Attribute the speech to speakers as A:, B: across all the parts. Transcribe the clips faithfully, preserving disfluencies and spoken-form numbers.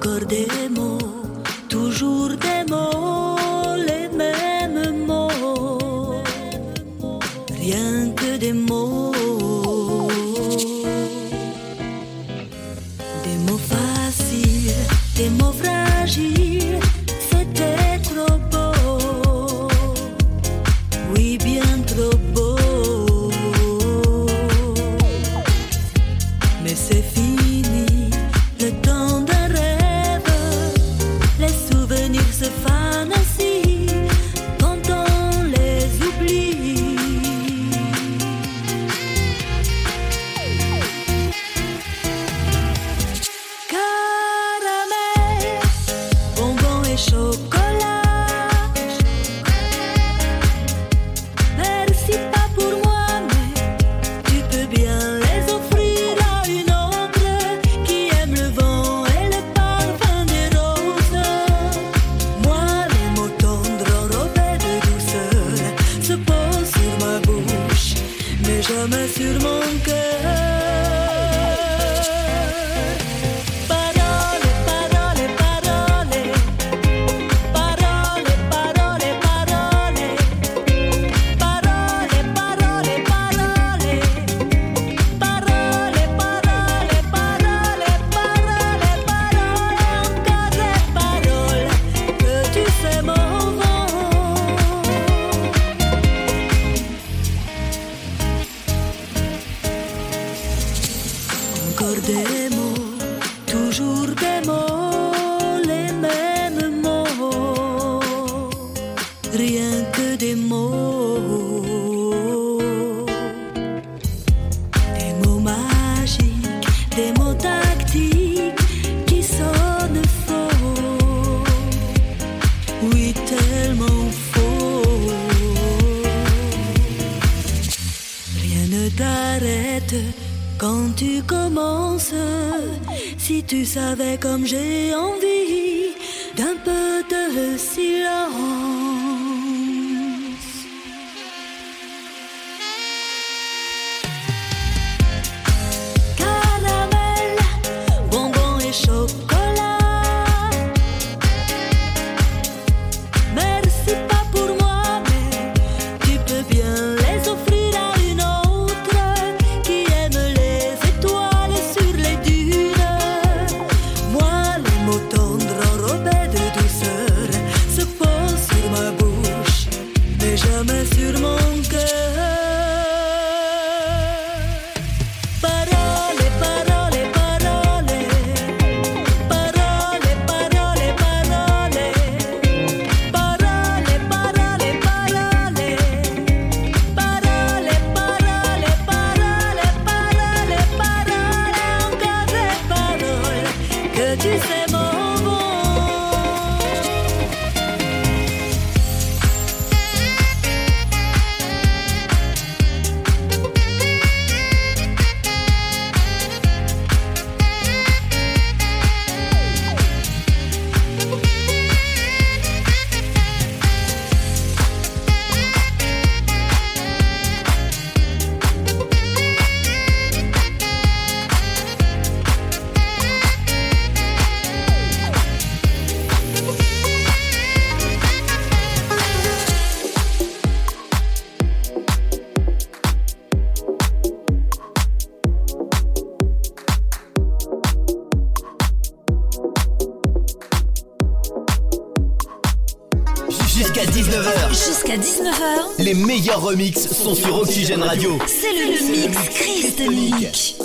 A: Encore des mots, toujours des mots, les mêmes mots, rien que des mots. Des mots faciles, des mots fragiles, c'était trop beau, oui bien trop beau. Mais c'est fini, le temps d'un rêve, les souvenirs se fanent ainsi quand on les oublie. Caramel, bonbons et chocolat, merci pas pour moi, mais tu peux bien les offrir à une autre qui aime le vent et le parfum des roses. Moi, les mots tendres enrobés de douceur se posent sur ma bouche, mais jamais sur mon cœur. Parole, parole, parole, parole, parole, parole, parole, parole, parole, parole, parole, parole, parole, parole, encore des paroles que tu sais mon vent. Encore des mots, toujours des mots, les mêmes mots, rien que des mots. Des mots magiques, des mots tactiques qui sonnent faux, oui tellement faux. Rien ne t'arrête quand tu commences. Si tu savais comme j'ai envie d'un peu de silence. Caramel, bonbons et chocolat, merci pas pour moi, mais tu peux bien les offrir à une autre qui aime les étoiles sur les dunes. Moi, les mots tendres enrobés de douceur se posent sur ma bouche, mais jamais sur mon cœur. Parole, parole, parole, parole, parole, parole, parole, parole, parole, parole, parole, parole, parole, parole, encore des paroles que tu sais mon bon.
B: Jusqu'à dix-neuf heures,
C: Jusqu'à dix-neuf heures,
B: les meilleurs remixes sont sur Oxygène Radio.
C: c'est le mix Chris de Nick.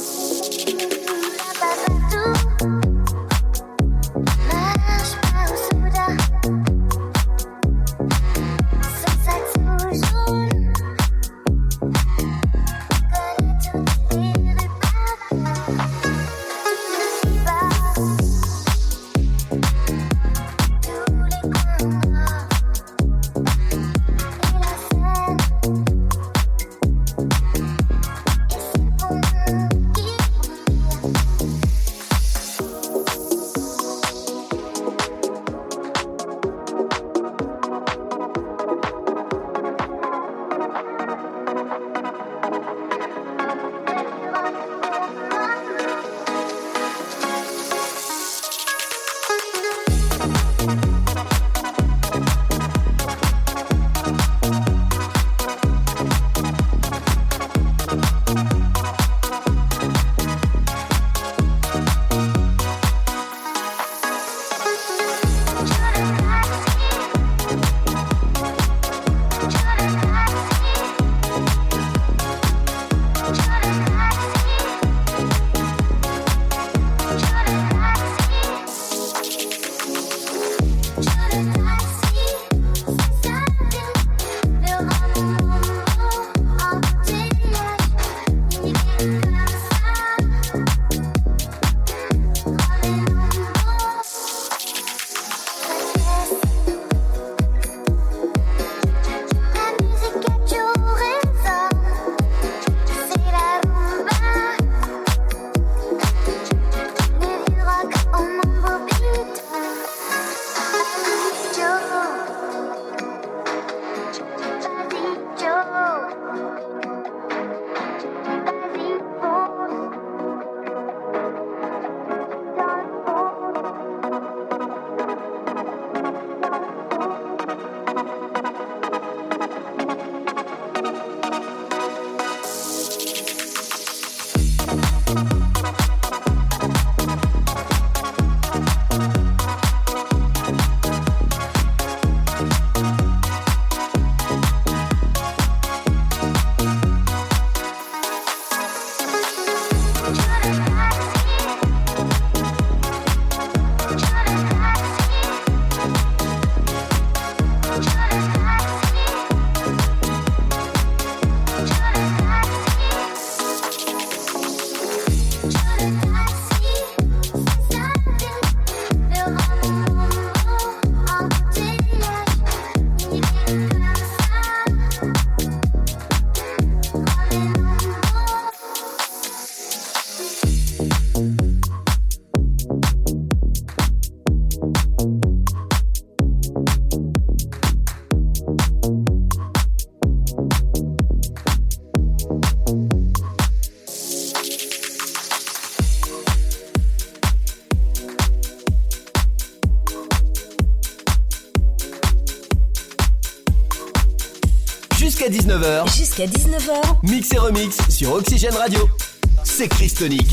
B: Jusqu'à dix-neuf heures.
C: Jusqu'à dix-neuf heures.
B: Mix et remix sur Oxygène Radio. C'est Chris Tonic.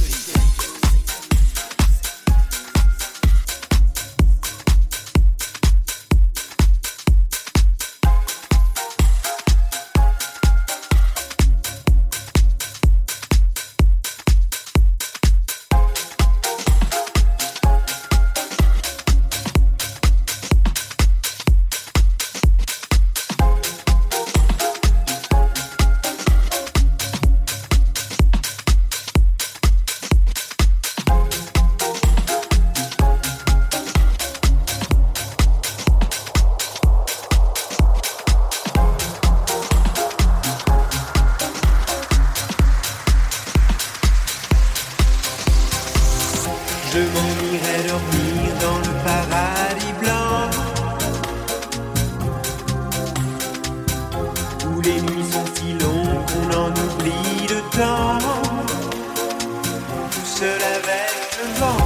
D: Je m'en irai dormir dans le paradis blanc, où les nuits sont si longues qu'on en oublie le temps, tout seul avec le vent.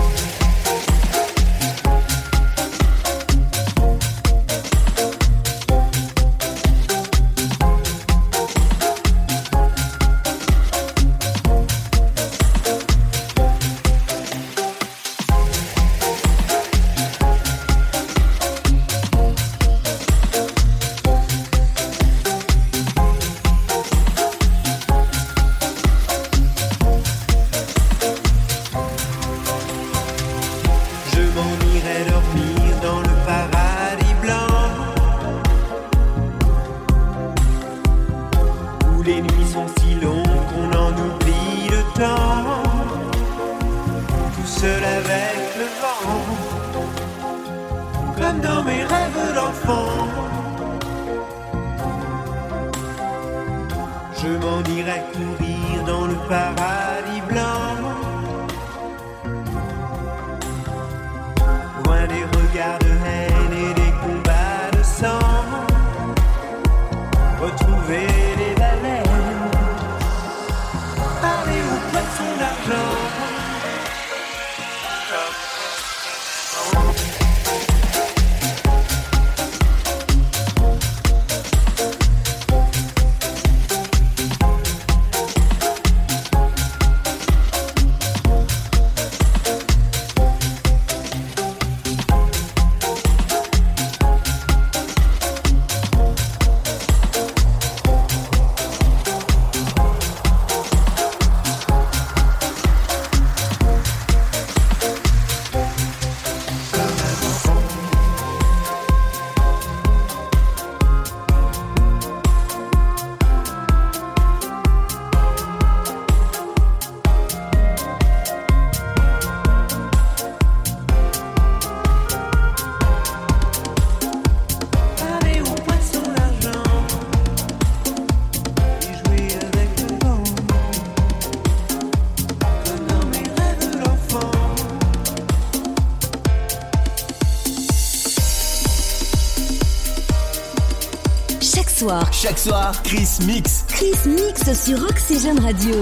B: Chaque soir, Chris Mix.
C: Chris Mix sur Oxygène Radio.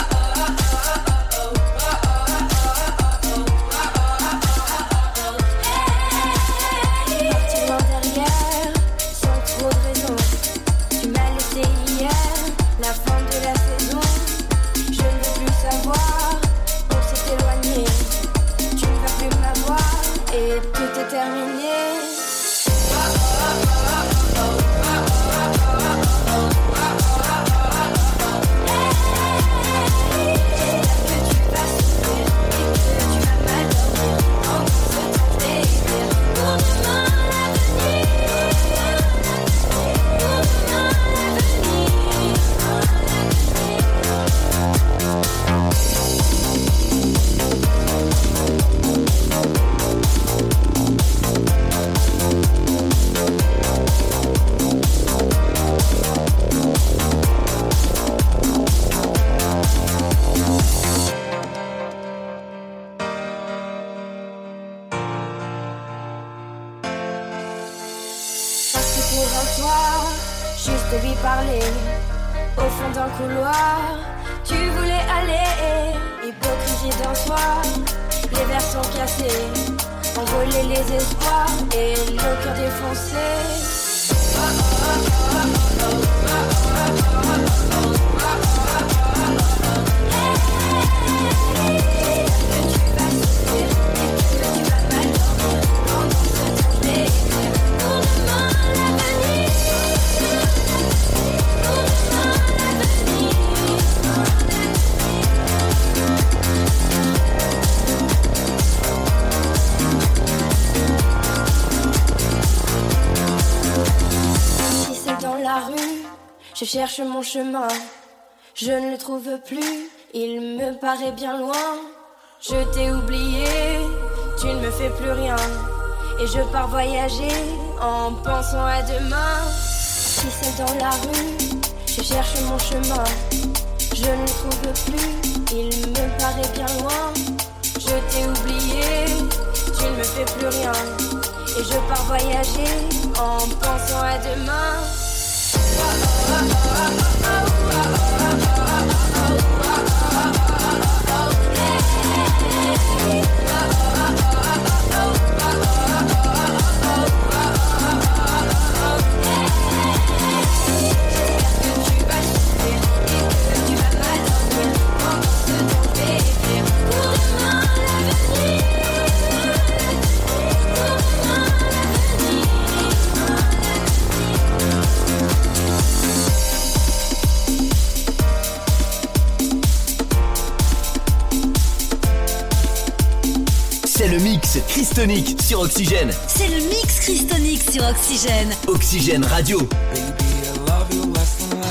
E: juste lui parler. Au fond d'un couloir, tu voulais aller. Hypocrisie d'un soir, les verres sont cassés. Envoler les espoirs et le cœur défoncé. Oh, oh, oh. Je cherche mon chemin, je ne le trouve plus, il me paraît bien loin. Je t'ai oublié, tu ne me fais plus rien. Et je pars voyager en pensant à demain. Si c'est dans la rue, je cherche mon chemin, je ne le trouve plus, il me paraît bien loin. Je t'ai oublié, tu ne me fais plus rien. Et je pars voyager en pensant à demain.
B: C'est le mix Christonic sur Oxygène.
C: C'est le mix Christonic sur Oxygène.
B: Oxygène Radio.
F: Baby, I love you less and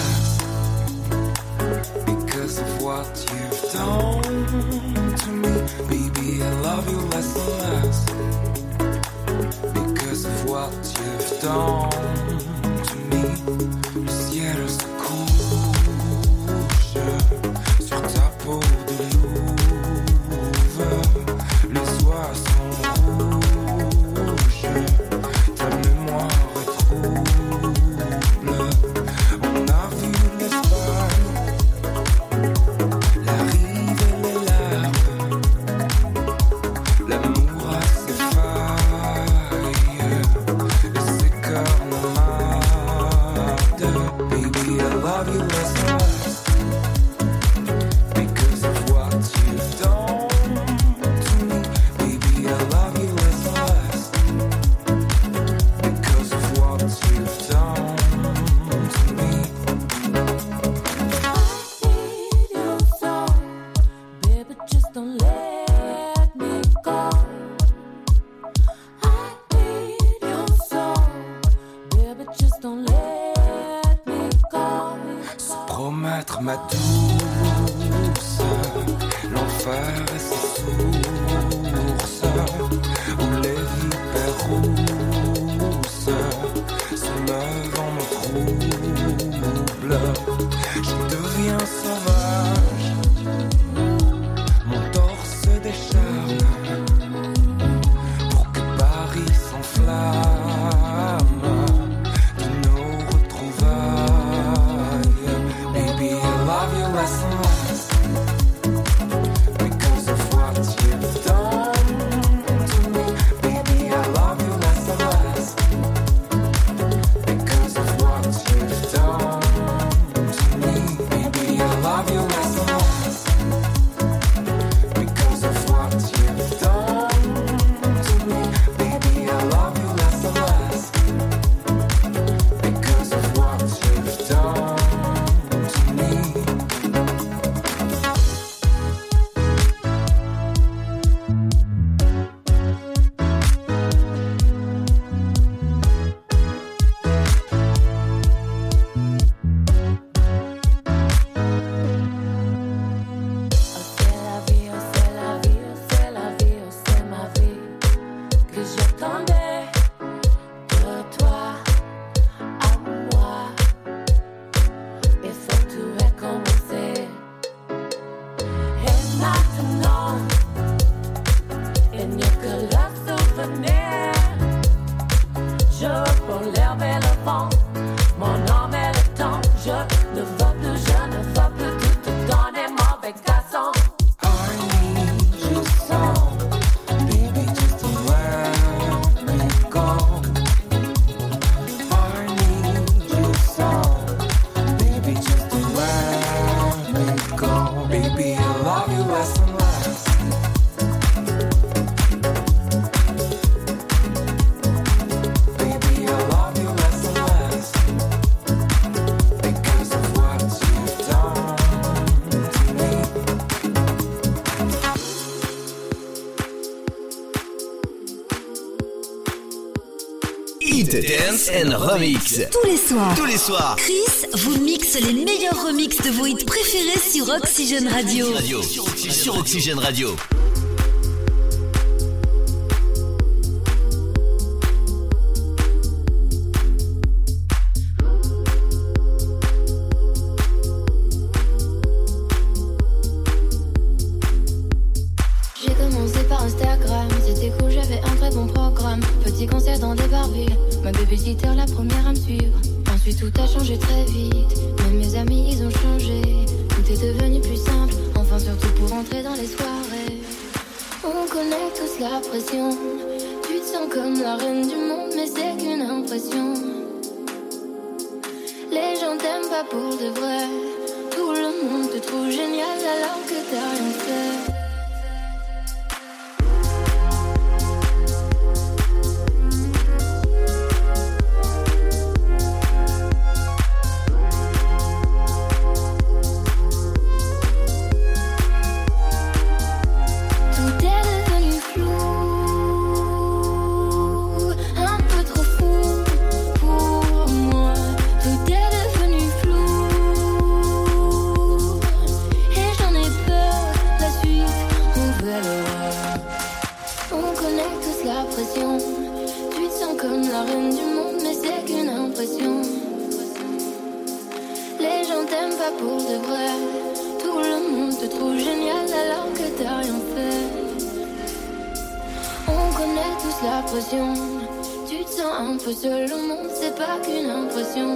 F: less because of what you've done to me. Baby, I love you less and less because of what you've done to me. Le ciel se couche sur ta peau de louve. Les oies sont rouges, ta mémoire est trouble. On a vu l'Espagne, la rive et les larmes. L'amour a ses failles et ses cœurs nomades. Baby, I love you less and less because of what you've done. Ma douce, l'enfer et ses sources, où les vipères rousses se meuvent en me trouble. Je deviens sauvage, mon torse décharne, pour que Paris s'enflamme de nos retrouvailles. Baby, I love you less and less because of what you've done.
B: Hit, Dance and Remix.
C: Tous les soirs.
B: Tous les soirs.
C: Chris vous mixe les meilleurs remixes de vos hits préférés sur Oxygène Radio.
B: Radio. Sur Oxygène Radio.
E: J'ai commencé par Instagram, c'était cool, j'avais un très bon programme. Petit concert dans des barvilles, ma babysitter la première à me suivre. Ensuite tout a changé très vite, même mes amis ils ont changé. Tout est devenu plus simple, enfin surtout pour entrer dans les soirées. On connaît tous la pression, tu te sens comme la reine du monde mais c'est qu'une impression. Les gens t'aiment pas pour de vrai, tout le monde te trouve génial alors que t'as rien fait. Tu te sens un peu seul au monde, c'est pas qu'une impression.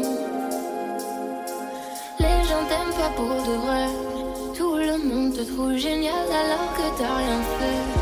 E: Les gens t'aiment pas pour de vrai, tout le monde te trouve génial alors que t'as rien fait.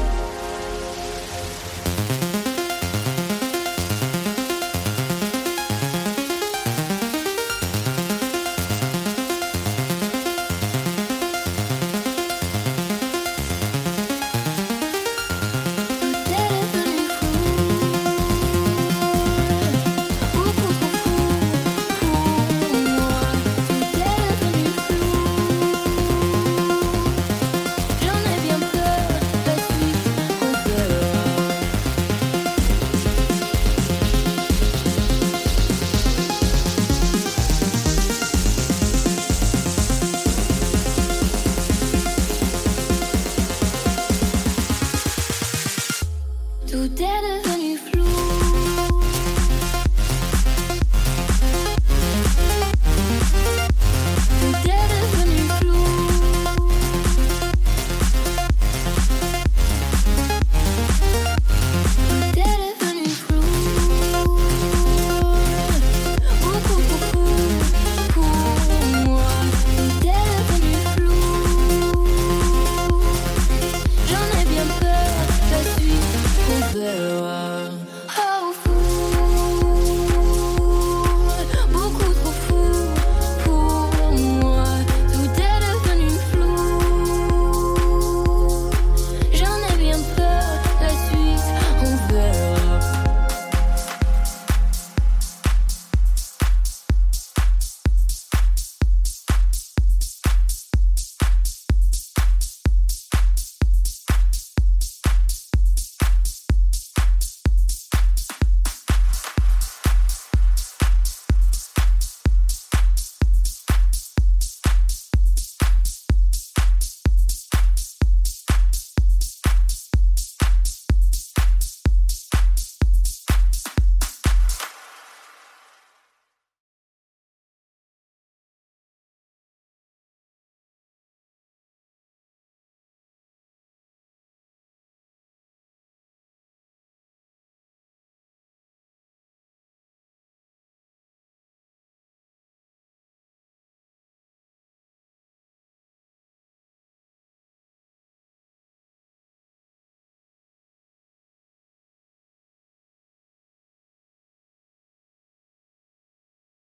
E: Tout est devenu